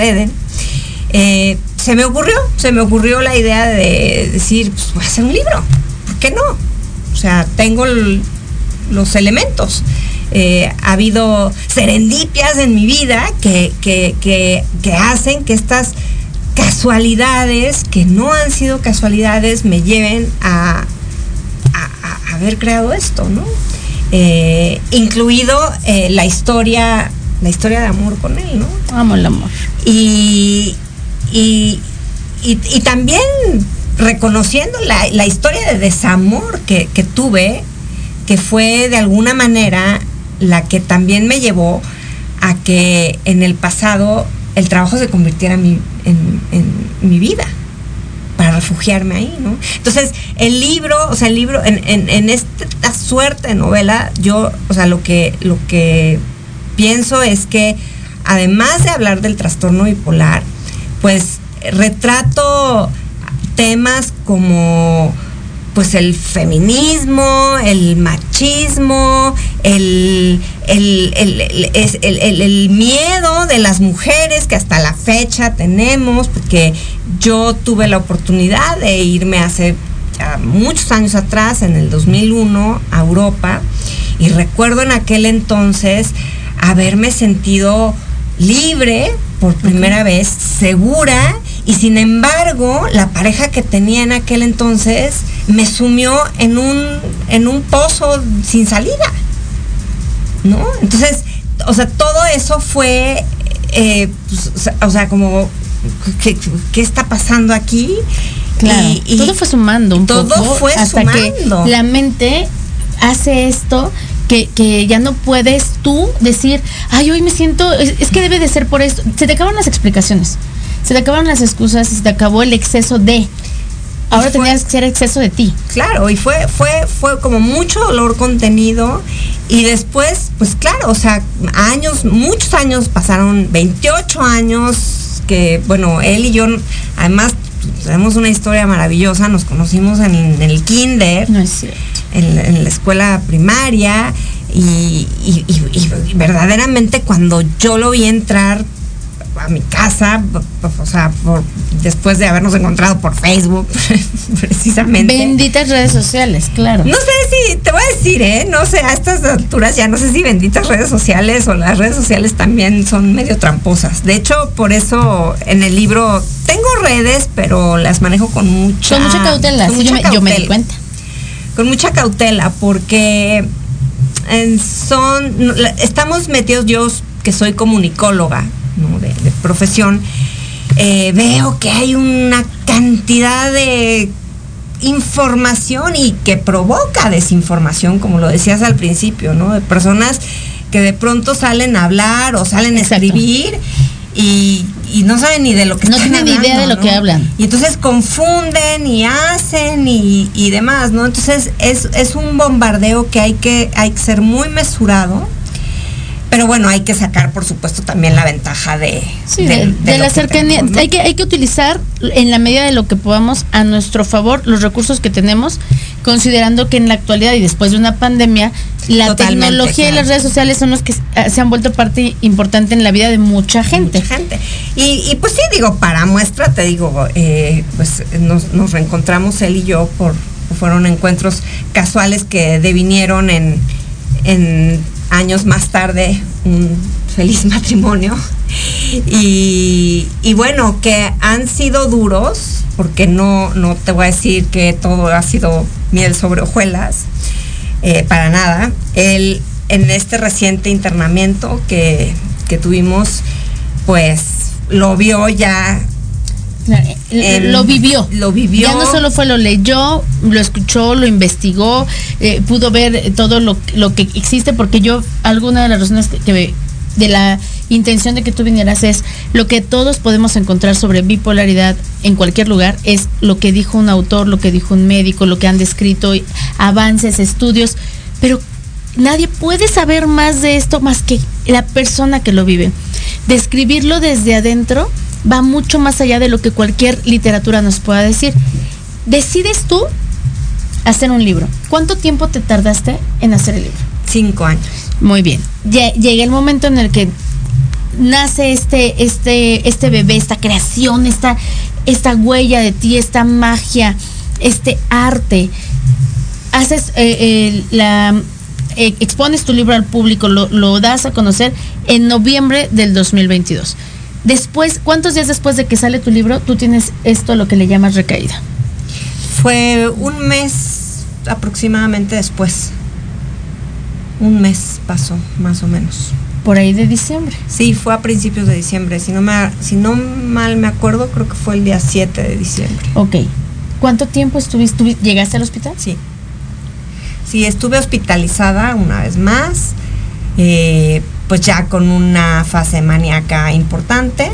Se me ocurrió la idea de decir, pues voy a hacer un libro, ¿por qué no? O sea, tengo los elementos. Ha habido serendipias en mi vida que hacen que estas casualidades, que no han sido casualidades, me lleven a haber creado esto, ¿no? Incluido la historia de amor con él, ¿no? Amo el amor. Y también reconociendo la historia de desamor que tuve, que fue de alguna manera la que también me llevó a que en el pasado el trabajo se convirtiera en mi vida, para refugiarme ahí, ¿no? Entonces, el libro, en esta suerte de novela, yo, o sea, lo que pienso es que, además de hablar del trastorno bipolar, pues retrato temas como, pues, el feminismo, el machismo, el miedo de las mujeres que hasta la fecha tenemos, porque yo tuve la oportunidad de irme hace ya muchos años atrás, en el 2001, a Europa, y recuerdo en aquel entonces haberme sentido libre por primera vez, segura, y sin embargo la pareja que tenía en aquel entonces me sumió en un pozo sin salida, ¿no? Entonces, o sea, todo eso fue, pues, o sea, como, ¿qué está pasando aquí? Claro, y todo fue sumando un todo poco, fue hasta sumando. Que la mente hace esto que ya no puedes tú decir, ay, hoy me siento, es que debe de ser por esto. Se te acaban las explicaciones, se te acaban las excusas, se te acabó el exceso de. Ahora tenías que ser exceso de ti. Claro, y fue como mucho dolor contenido, y después, pues claro, o sea, muchos años pasaron, 28 años, que bueno, él y yo, además, tenemos una historia maravillosa, nos conocimos en el kinder. No es cierto. En la escuela primaria, y verdaderamente cuando yo lo vi entrar a mi casa, o sea, después de habernos encontrado por Facebook, precisamente. Benditas redes sociales, claro. No sé si, te voy a decir, no sé, a estas alturas ya no sé si benditas redes sociales o las redes sociales también son medio tramposas. De hecho, por eso en el libro tengo redes, pero las manejo con mucha cautela. Sí, yo me di cuenta. Con mucha cautela, porque estamos metidos, yo que soy comunicóloga, ¿no? de profesión, veo que hay una cantidad de información y que provoca desinformación, como lo decías al principio, ¿no? De personas que de pronto salen a hablar o salen a escribir y no saben ni de lo que están hablando. No tienen ni idea de lo que hablan. Y entonces confunden y hacen y demás, ¿no? Entonces es un bombardeo que hay que ser muy mesurado. Pero bueno, hay que sacar, por supuesto, también la ventaja de la cercanía. Tenemos, ¿no? Hay que utilizar en la medida de lo que podamos a nuestro favor los recursos que tenemos, considerando que en la actualidad y después de una pandemia, la tecnología y las redes sociales son los que se han vuelto parte importante en la vida de mucha gente. Y pues sí, digo, para muestra, te digo, pues nos reencontramos él y yo fueron encuentros casuales que devinieron en años más tarde un feliz matrimonio, y bueno, que han sido duros, porque no te voy a decir que todo ha sido miel sobre hojuelas, para nada. Él, en este reciente internamiento que tuvimos, pues lo vio ya Claro, lo vivió. Lo vivió. Ya no solo fue, lo leyó, lo escuchó, lo investigó, pudo ver todo lo que existe, porque yo, alguna de las razones que de la intención de que tú vinieras es lo que todos podemos encontrar sobre bipolaridad en cualquier lugar, es lo que dijo un autor, lo que dijo un médico, lo que han descrito, avances, estudios, pero nadie puede saber más de esto más que la persona que lo vive. Describirlo desde adentro va mucho más allá de lo que cualquier literatura nos pueda decir. Decides tú hacer un libro. ¿Cuánto tiempo te tardaste en hacer el libro? 5 años. Muy bien. Llega el momento en el que nace este bebé, esta creación, esta huella de ti, esta magia, este arte. Haces expones tu libro al público, lo das a conocer en noviembre del 2022. Después, ¿cuántos días después de que sale tu libro, tú tienes lo que le llamas recaída? Fue un mes aproximadamente después. Un mes pasó, más o menos. Por ahí de diciembre. Sí, fue a principios de diciembre. Si no mal me acuerdo, creo que fue el día 7 de diciembre. Ok. ¿Cuánto tiempo llegaste al hospital? Sí. Sí, estuve hospitalizada una vez más. Pues ya con una fase maníaca importante.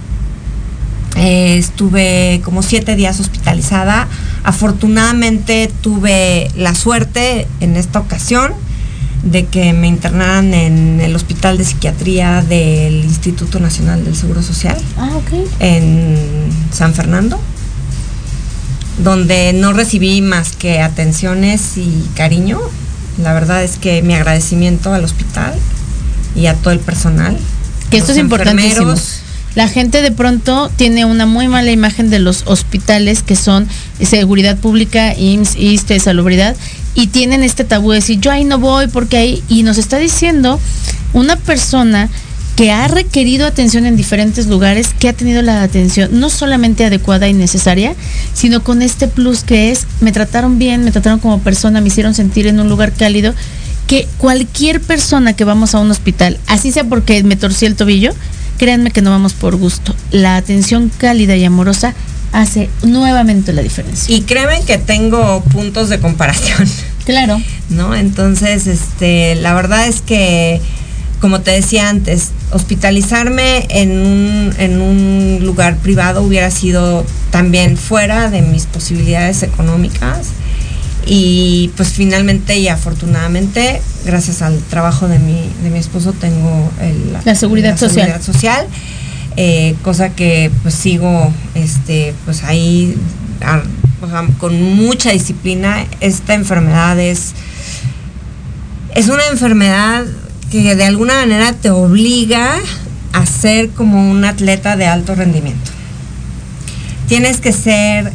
Estuve como 7 días hospitalizada. Afortunadamente tuve la suerte en esta ocasión de que me internaran en el Hospital de Psiquiatría del Instituto Nacional del Seguro Social. En San Fernando, donde no recibí más que atenciones y cariño. La verdad es que mi agradecimiento al hospital y a todo el personal. Que esto es importantísimo. La gente de pronto tiene una muy mala imagen de los hospitales que son seguridad pública, IMSS, ISSSTE, salubridad, y tienen este tabú de decir, yo ahí no voy porque ahí, y nos está diciendo una persona que ha requerido atención en diferentes lugares, que ha tenido la atención no solamente adecuada y necesaria, sino con este plus que es, me trataron bien, me trataron como persona, me hicieron sentir en un lugar cálido, que cualquier persona que vamos a un hospital, así sea porque me torcí el tobillo, créanme que no vamos por gusto. La atención cálida y amorosa hace nuevamente la diferencia. Y créanme que tengo puntos de comparación. Claro. ¿No? Entonces, la verdad es que, como te decía antes, hospitalizarme en un lugar privado hubiera sido también fuera de mis posibilidades económicas. Y pues finalmente y afortunadamente, gracias al trabajo de mi esposo, tengo la seguridad social. Cosa que pues sigo pues ahí con mucha disciplina. Esta enfermedad es una enfermedad que de alguna manera te obliga a ser como un atleta de alto rendimiento. Tienes que ser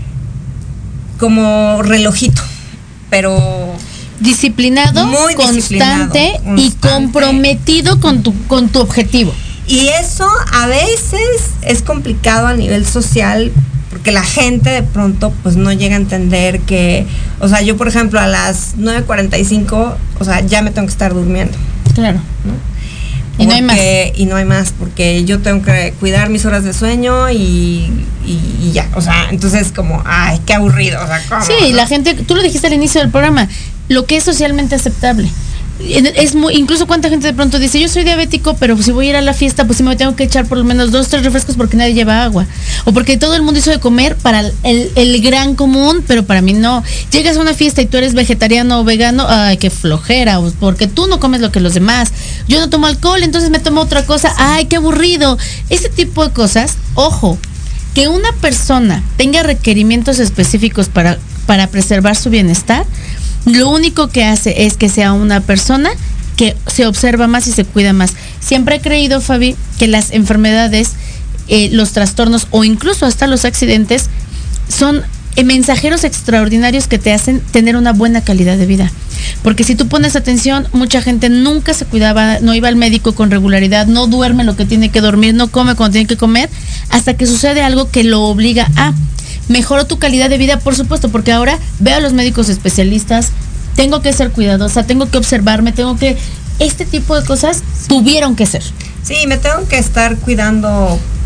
como relojito, pero disciplinado, muy constante y comprometido con tu objetivo. Y eso a veces es complicado a nivel social, porque la gente de pronto pues no llega a entender que, o sea, yo por ejemplo a las 9:45, o sea, ya me tengo que estar durmiendo. Claro. ¿No? Y no hay más. Y no hay más, porque yo tengo que cuidar mis horas de sueño y ya, o sea, entonces como, ay, qué aburrido, o sea, ¿cómo? Sí, ¿no? La gente, tú lo dijiste al inicio del programa, lo que es socialmente aceptable. Es muy, incluso cuánta gente de pronto dice, yo soy diabético, pero si voy a ir a la fiesta, pues sí me tengo que echar por lo menos 2-3 refrescos porque nadie lleva agua. O porque todo el mundo hizo de comer para el gran común, pero para mí no. Llegas a una fiesta y tú eres vegetariano o vegano, ay, qué flojera, porque tú no comes lo que los demás. Yo no tomo alcohol, entonces me tomo otra cosa, ay, qué aburrido. Ese tipo de cosas, ojo, que una persona tenga requerimientos específicos para preservar su bienestar, lo único que hace es que sea una persona que se observa más y se cuida más. Siempre he creído, Fabi, que las enfermedades, los trastornos o incluso hasta los accidentes son mensajeros extraordinarios que te hacen tener una buena calidad de vida. Porque si tú pones atención, mucha gente nunca se cuidaba, no iba al médico con regularidad, no duerme lo que tiene que dormir, no come cuando tiene que comer, hasta que sucede algo que lo obliga a... Mejoró tu calidad de vida, por supuesto, porque ahora veo a los médicos especialistas, tengo que ser cuidadosa, tengo que observarme, este tipo de cosas tuvieron que ser. Sí, me tengo que estar cuidando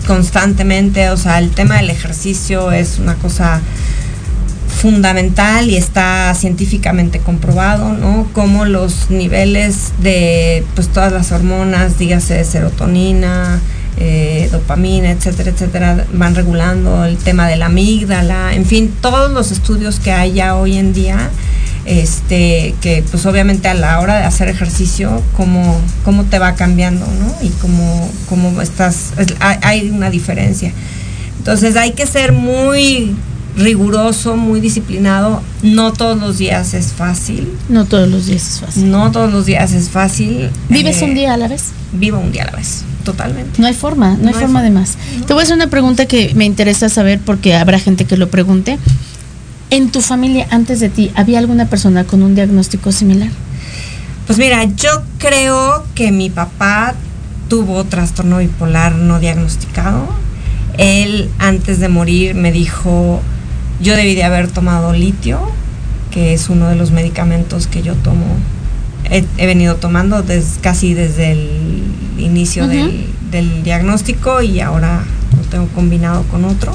constantemente. O sea, el tema del ejercicio es una cosa fundamental y está científicamente comprobado, ¿no? Cómo los niveles de pues todas las hormonas, dígase serotonina, dopamina, etcétera, etcétera, van regulando el tema de la amígdala, en fin, todos los estudios que hay ya hoy en día, que pues obviamente a la hora de hacer ejercicio, cómo te va cambiando, ¿no? Y cómo estás, hay una diferencia. Entonces hay que ser muy riguroso, muy disciplinado. No todos los días es fácil. No todos los días es fácil. No todos los días es fácil. ¿Vives un día a la vez? Vivo un día a la vez, totalmente. No hay forma, no hay forma de más. No. Te voy a hacer una pregunta que me interesa saber porque habrá gente que lo pregunte. ¿En tu familia, antes de ti, había alguna persona con un diagnóstico similar? Pues mira, yo creo que mi papá tuvo trastorno bipolar no diagnosticado. Él, antes de morir, me dijo: yo debí de haber tomado litio, que es uno de los medicamentos que yo tomo, he venido tomando casi desde el inicio del diagnóstico, y ahora lo tengo combinado con otro.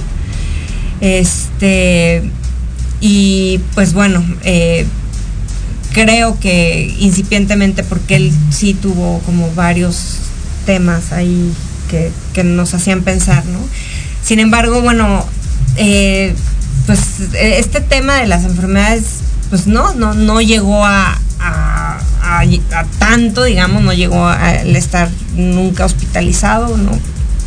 Y pues bueno, creo que incipientemente, porque él sí tuvo como varios temas ahí que nos hacían pensar, ¿no? Sin embargo, bueno, pues este tema de las enfermedades pues no llegó a tanto, digamos, no llegó a estar nunca hospitalizado, ¿no?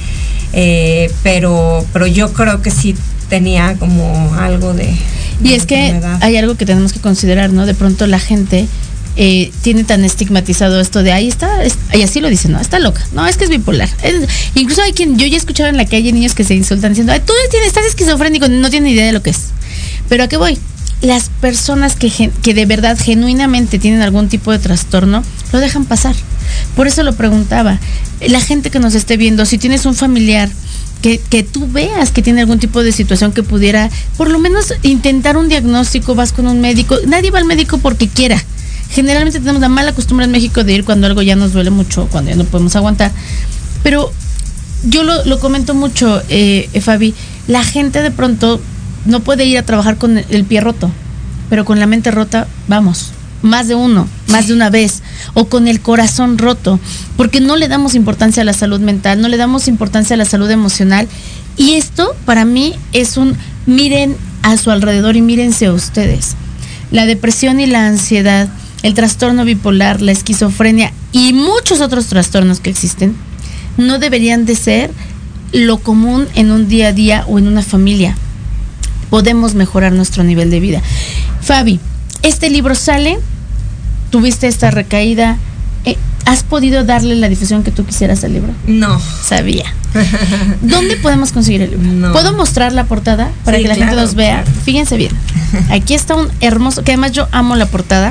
Pero yo creo que sí tenía como algo de y es que enfermedad. Hay algo que tenemos que considerar, ¿no? De pronto la gente tiene tan estigmatizado esto de ahí está, y así lo dicen, no, está loca, no, es que es bipolar. Incluso hay quien, yo ya he escuchado en la calle niños que se insultan diciendo: tú estás esquizofrénico, no tienen idea de lo que es. Pero ¿a qué voy? Las personas que de verdad, genuinamente tienen algún tipo de trastorno, lo dejan pasar. Por eso lo preguntaba. La gente que nos esté viendo, si tienes un familiar que tú veas que tiene algún tipo de situación que pudiera, por lo menos intentar un diagnóstico, vas con un médico. Nadie va al médico porque quiera. Generalmente tenemos la mala costumbre en México de ir cuando algo ya nos duele mucho, cuando ya no podemos aguantar. Pero yo lo comento mucho, Fabi, la gente de pronto no puede ir a trabajar con el pie roto, pero con la mente rota, vamos, más de una vez, o con el corazón roto, porque no le damos importancia a la salud mental, no le damos importancia a la salud emocional. Y esto para mí es miren a su alrededor y mírense a ustedes. La depresión y la ansiedad, el trastorno bipolar, la esquizofrenia y muchos otros trastornos que existen no deberían de ser lo común en un día a día o en una familia. Podemos mejorar nuestro nivel de vida. Fabi, este libro sale, tuviste esta recaída, ¿has podido darle la difusión que tú quisieras al libro? No. Sabía. ¿Dónde podemos conseguir el libro? No. ¿Puedo mostrar la portada para que la gente los vea? Fíjense bien. Aquí está un hermoso, que además yo amo la portada.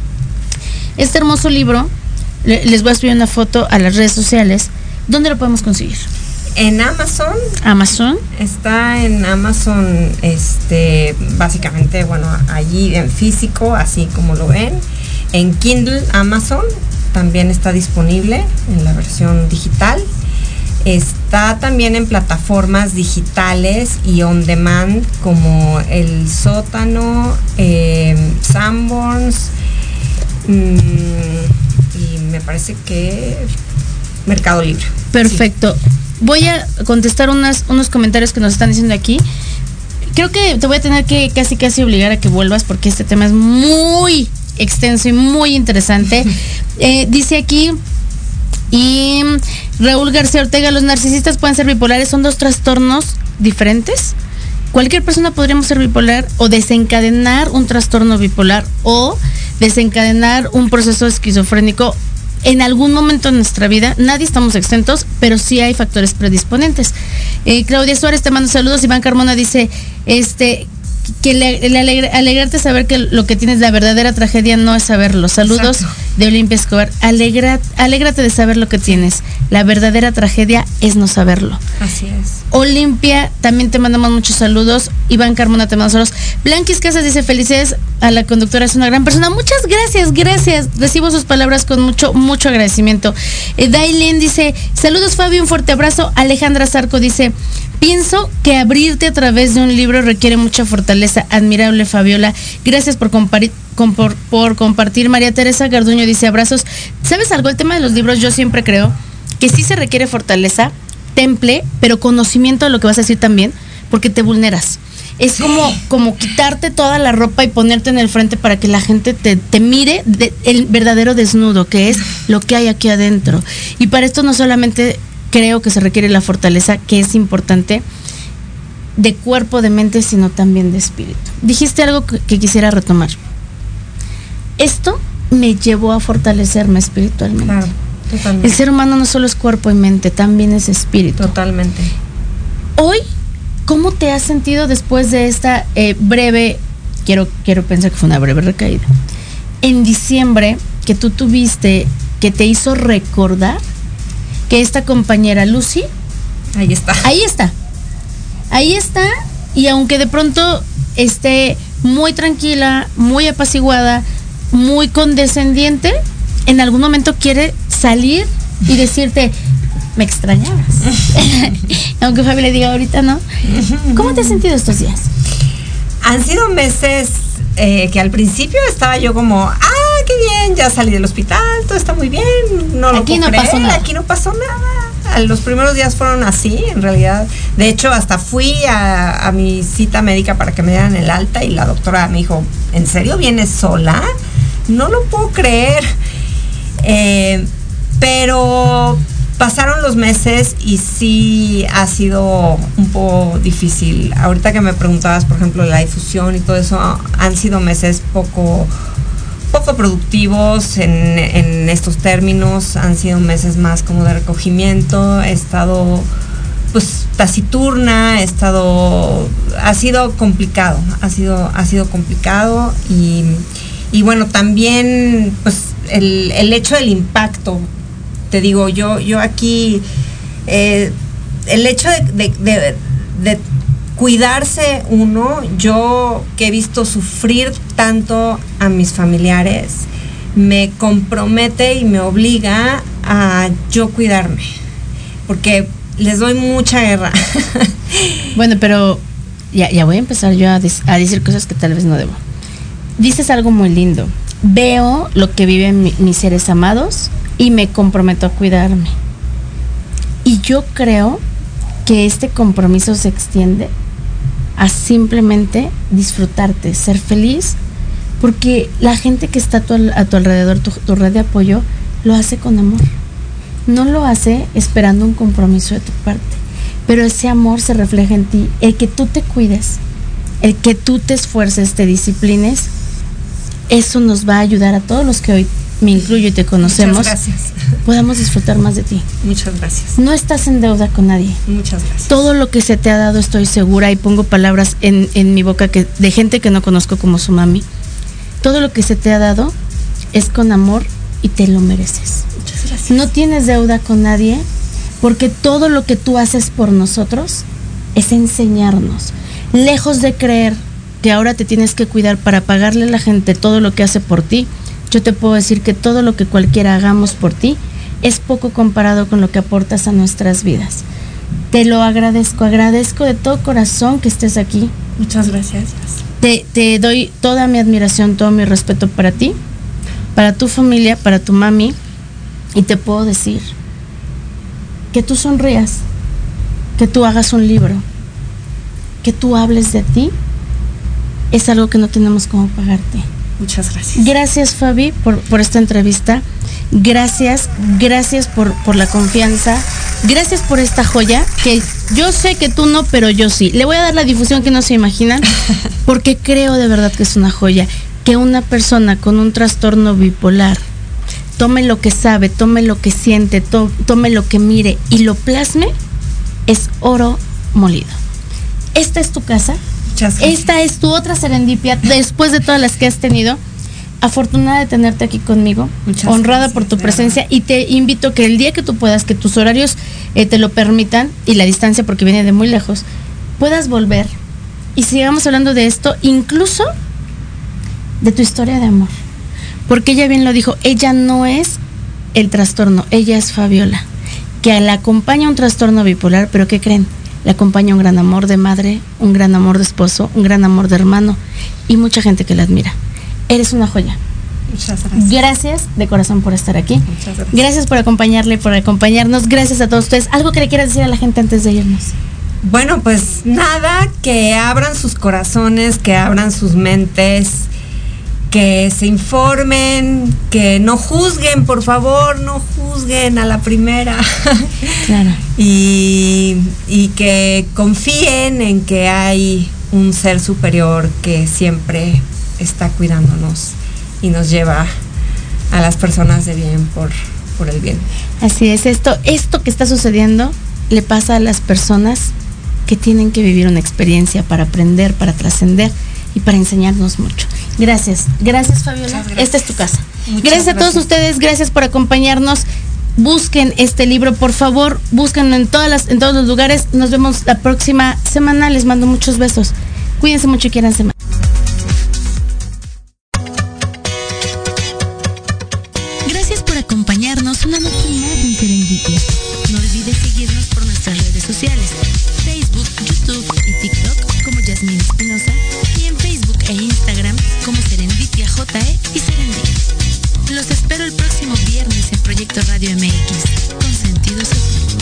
Este hermoso libro, les voy a subir una foto a las redes sociales. ¿Dónde lo podemos conseguir? En Amazon. Amazon. Está en Amazon, básicamente, bueno, allí en físico, así como lo ven. En Kindle, Amazon, también está disponible en la versión digital. Está también en plataformas digitales y on demand como El Sótano, Sanborns, y me parece que Mercado Libre. Perfecto. Sí. Voy a contestar unos comentarios que nos están diciendo aquí. Creo que te voy a tener que casi obligar a que vuelvas porque este tema es muy extenso y muy interesante. Dice aquí, y Raúl García Ortega: los narcisistas pueden ser bipolares, son dos trastornos diferentes. Cualquier persona podríamos ser bipolar o desencadenar un trastorno bipolar o desencadenar un proceso esquizofrénico en algún momento de nuestra vida. Nadie estamos exentos, pero sí hay factores predisponentes. Claudia Suárez te manda saludos. Iván Carmona dice que alegrarte saber que lo que tienes, la verdadera tragedia no es saberlo. Saludos. Exacto. de Olimpia Escobar. Alégrate de saber lo que tienes. La verdadera tragedia es no saberlo. Así es. Olimpia, también te mandamos muchos saludos. Iván Carmona te manda saludos. Blanquis Casas dice: felicidades a la conductora, es una gran persona. Muchas gracias. Recibo sus palabras con mucho agradecimiento. Dailin dice: saludos, Fabio, un fuerte abrazo. Alejandra Zarco dice: pienso que abrirte a través de un libro requiere mucha fortaleza. Admirable, Fabiola. Gracias por compartir. María Teresa Garduño dice: abrazos. ¿Sabes algo? El tema de los libros, yo siempre creo que sí se requiere fortaleza, temple, pero conocimiento de lo que vas a decir también, porque te vulneras. Es como quitarte toda la ropa y ponerte en el frente para que la gente te mire el verdadero desnudo, que es lo que hay aquí adentro. Y para esto no solamente creo que se requiere la fortaleza, que es importante, de cuerpo, de mente, sino también de espíritu. Dijiste algo que quisiera retomar. Esto me llevó a fortalecerme espiritualmente. Claro, totalmente. El ser humano no solo es cuerpo y mente, también es espíritu. Totalmente. Hoy, ¿cómo te has sentido después de esta breve, quiero pensar que fue una breve recaída, en diciembre, que tú tuviste, que te hizo recordar que esta compañera Lucy, ahí está, y aunque de pronto esté muy tranquila, muy apaciguada, muy condescendiente, en algún momento quiere salir y decirte: me extrañabas. Aunque Fabi le diga ahorita no. ¿Cómo te has sentido estos días? Han sido meses que al principio estaba yo como: qué bien, ya salí del hospital, todo está muy bien, aquí no pasó nada. Los primeros días fueron así, en realidad. De hecho, hasta fui a mi cita médica para que me dieran el alta y la doctora me dijo: ¿en serio vienes sola? No lo puedo creer. Pero pasaron los meses y sí ha sido un poco difícil. Ahorita que me preguntabas, por ejemplo, la difusión y todo eso, han sido meses poco productivos en estos términos. Han sido meses más como de recogimiento. He estado pues taciturna, ha sido complicado y bueno, también pues el hecho del impacto. Te digo, yo aquí el hecho de cuidarse uno, yo que he visto sufrir tanto a mis familiares, me compromete y me obliga a yo cuidarme, porque les doy mucha guerra. Bueno, pero ya voy a empezar yo a decir cosas que tal vez no debo. Dices algo muy lindo: veo lo que viven mis seres amados y me comprometo a cuidarme. Y yo creo que este compromiso se extiende a simplemente disfrutarte, ser feliz, porque la gente que está a tu alrededor, tu red de apoyo, lo hace con amor. No lo hace esperando un compromiso de tu parte, pero ese amor se refleja en ti. El que tú te cuides, el que tú te esfuerces, te disciplines, eso nos va a ayudar a todos los que hoy, me incluyo y te conocemos, muchas gracias, podamos disfrutar más de ti. Muchas gracias. No estás en deuda con nadie. Muchas gracias. Todo lo que se te ha dado, estoy segura, y pongo palabras en mi boca de gente que no conozco como su mami, todo lo que se te ha dado es con amor y te lo mereces. Muchas gracias. No tienes deuda con nadie, porque todo lo que tú haces por nosotros es enseñarnos. Lejos de creer que ahora te tienes que cuidar para pagarle a la gente todo lo que hace por ti, yo te puedo decir que todo lo que cualquiera hagamos por ti es poco comparado con lo que aportas a nuestras vidas. Te lo agradezco de todo corazón que estés aquí. Muchas gracias. Te doy toda mi admiración, todo mi respeto para ti, para tu familia, para tu mami, y te puedo decir que tú sonrías, que tú hagas un libro, que tú hables de ti, es algo que no tenemos cómo pagarte. Muchas gracias. Gracias, Fabi, por esta entrevista. Gracias por la confianza. Gracias por esta joya, que yo sé que tú no, pero yo sí. Le voy a dar la difusión que no se imaginan, porque creo de verdad que es una joya. Que una persona con un trastorno bipolar tome lo que sabe, tome lo que siente, tome lo que mire y lo plasme, es oro molido. Esta es tu casa. Esta es tu otra serendipia después de todas las que has tenido. afortunada de tenerte aquí conmigo, honrada por tu presencia, y te invito que el día que tú puedas, que tus horarios te lo permitan y la distancia porque viene de muy lejos, puedas volver y sigamos hablando de esto, incluso de tu historia de amor, porque ella bien lo dijo, ella no es el trastorno, ella es Fabiola, que la acompaña un trastorno bipolar, pero ¿qué creen? Le acompaña un gran amor de madre, un gran amor de esposo, un gran amor de hermano y mucha gente que la admira. Eres una joya. Muchas gracias. Gracias de corazón por estar aquí. Muchas gracias. Gracias por acompañarle, por acompañarnos. Gracias a todos ustedes. ¿Algo que le quieras decir a la gente antes de irnos? Bueno, pues nada, que abran sus corazones, que abran sus mentes, que se informen, que no juzguen, por favor, no juzguen a la primera. Claro. Y que confíen en que hay un ser superior que siempre está cuidándonos y nos lleva a las personas de bien por el bien. Así es, esto que está sucediendo le pasa a las personas que tienen que vivir una experiencia para aprender, para trascender y para enseñarnos mucho. Gracias Fabiola, Gracias. Esta es tu casa. Muchas Gracias a todos ustedes, gracias por acompañarnos. Busquen este libro, por favor, búsquenlo en todos los lugares. Nos vemos la próxima semana, les mando muchos besos. Cuídense mucho y quiéranse más. Gracias por acompañarnos una noche más en Serendipia. No olvides seguirnos por nuestras redes sociales, Facebook, YouTube y TikTok como Yasmín Espinosa y en Facebook e Instagram como Serendipia JE y Serendipia. Los espero el próximo viernes en Proyecto Radio MX con sentido social.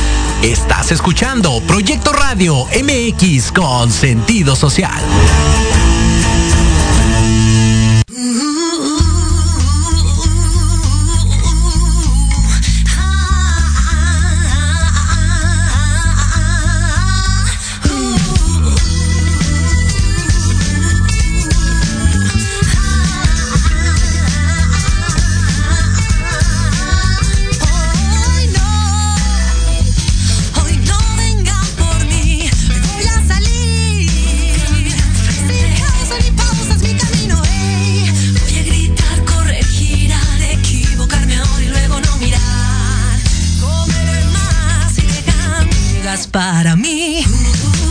Estás escuchando Proyecto Radio MX con sentido social.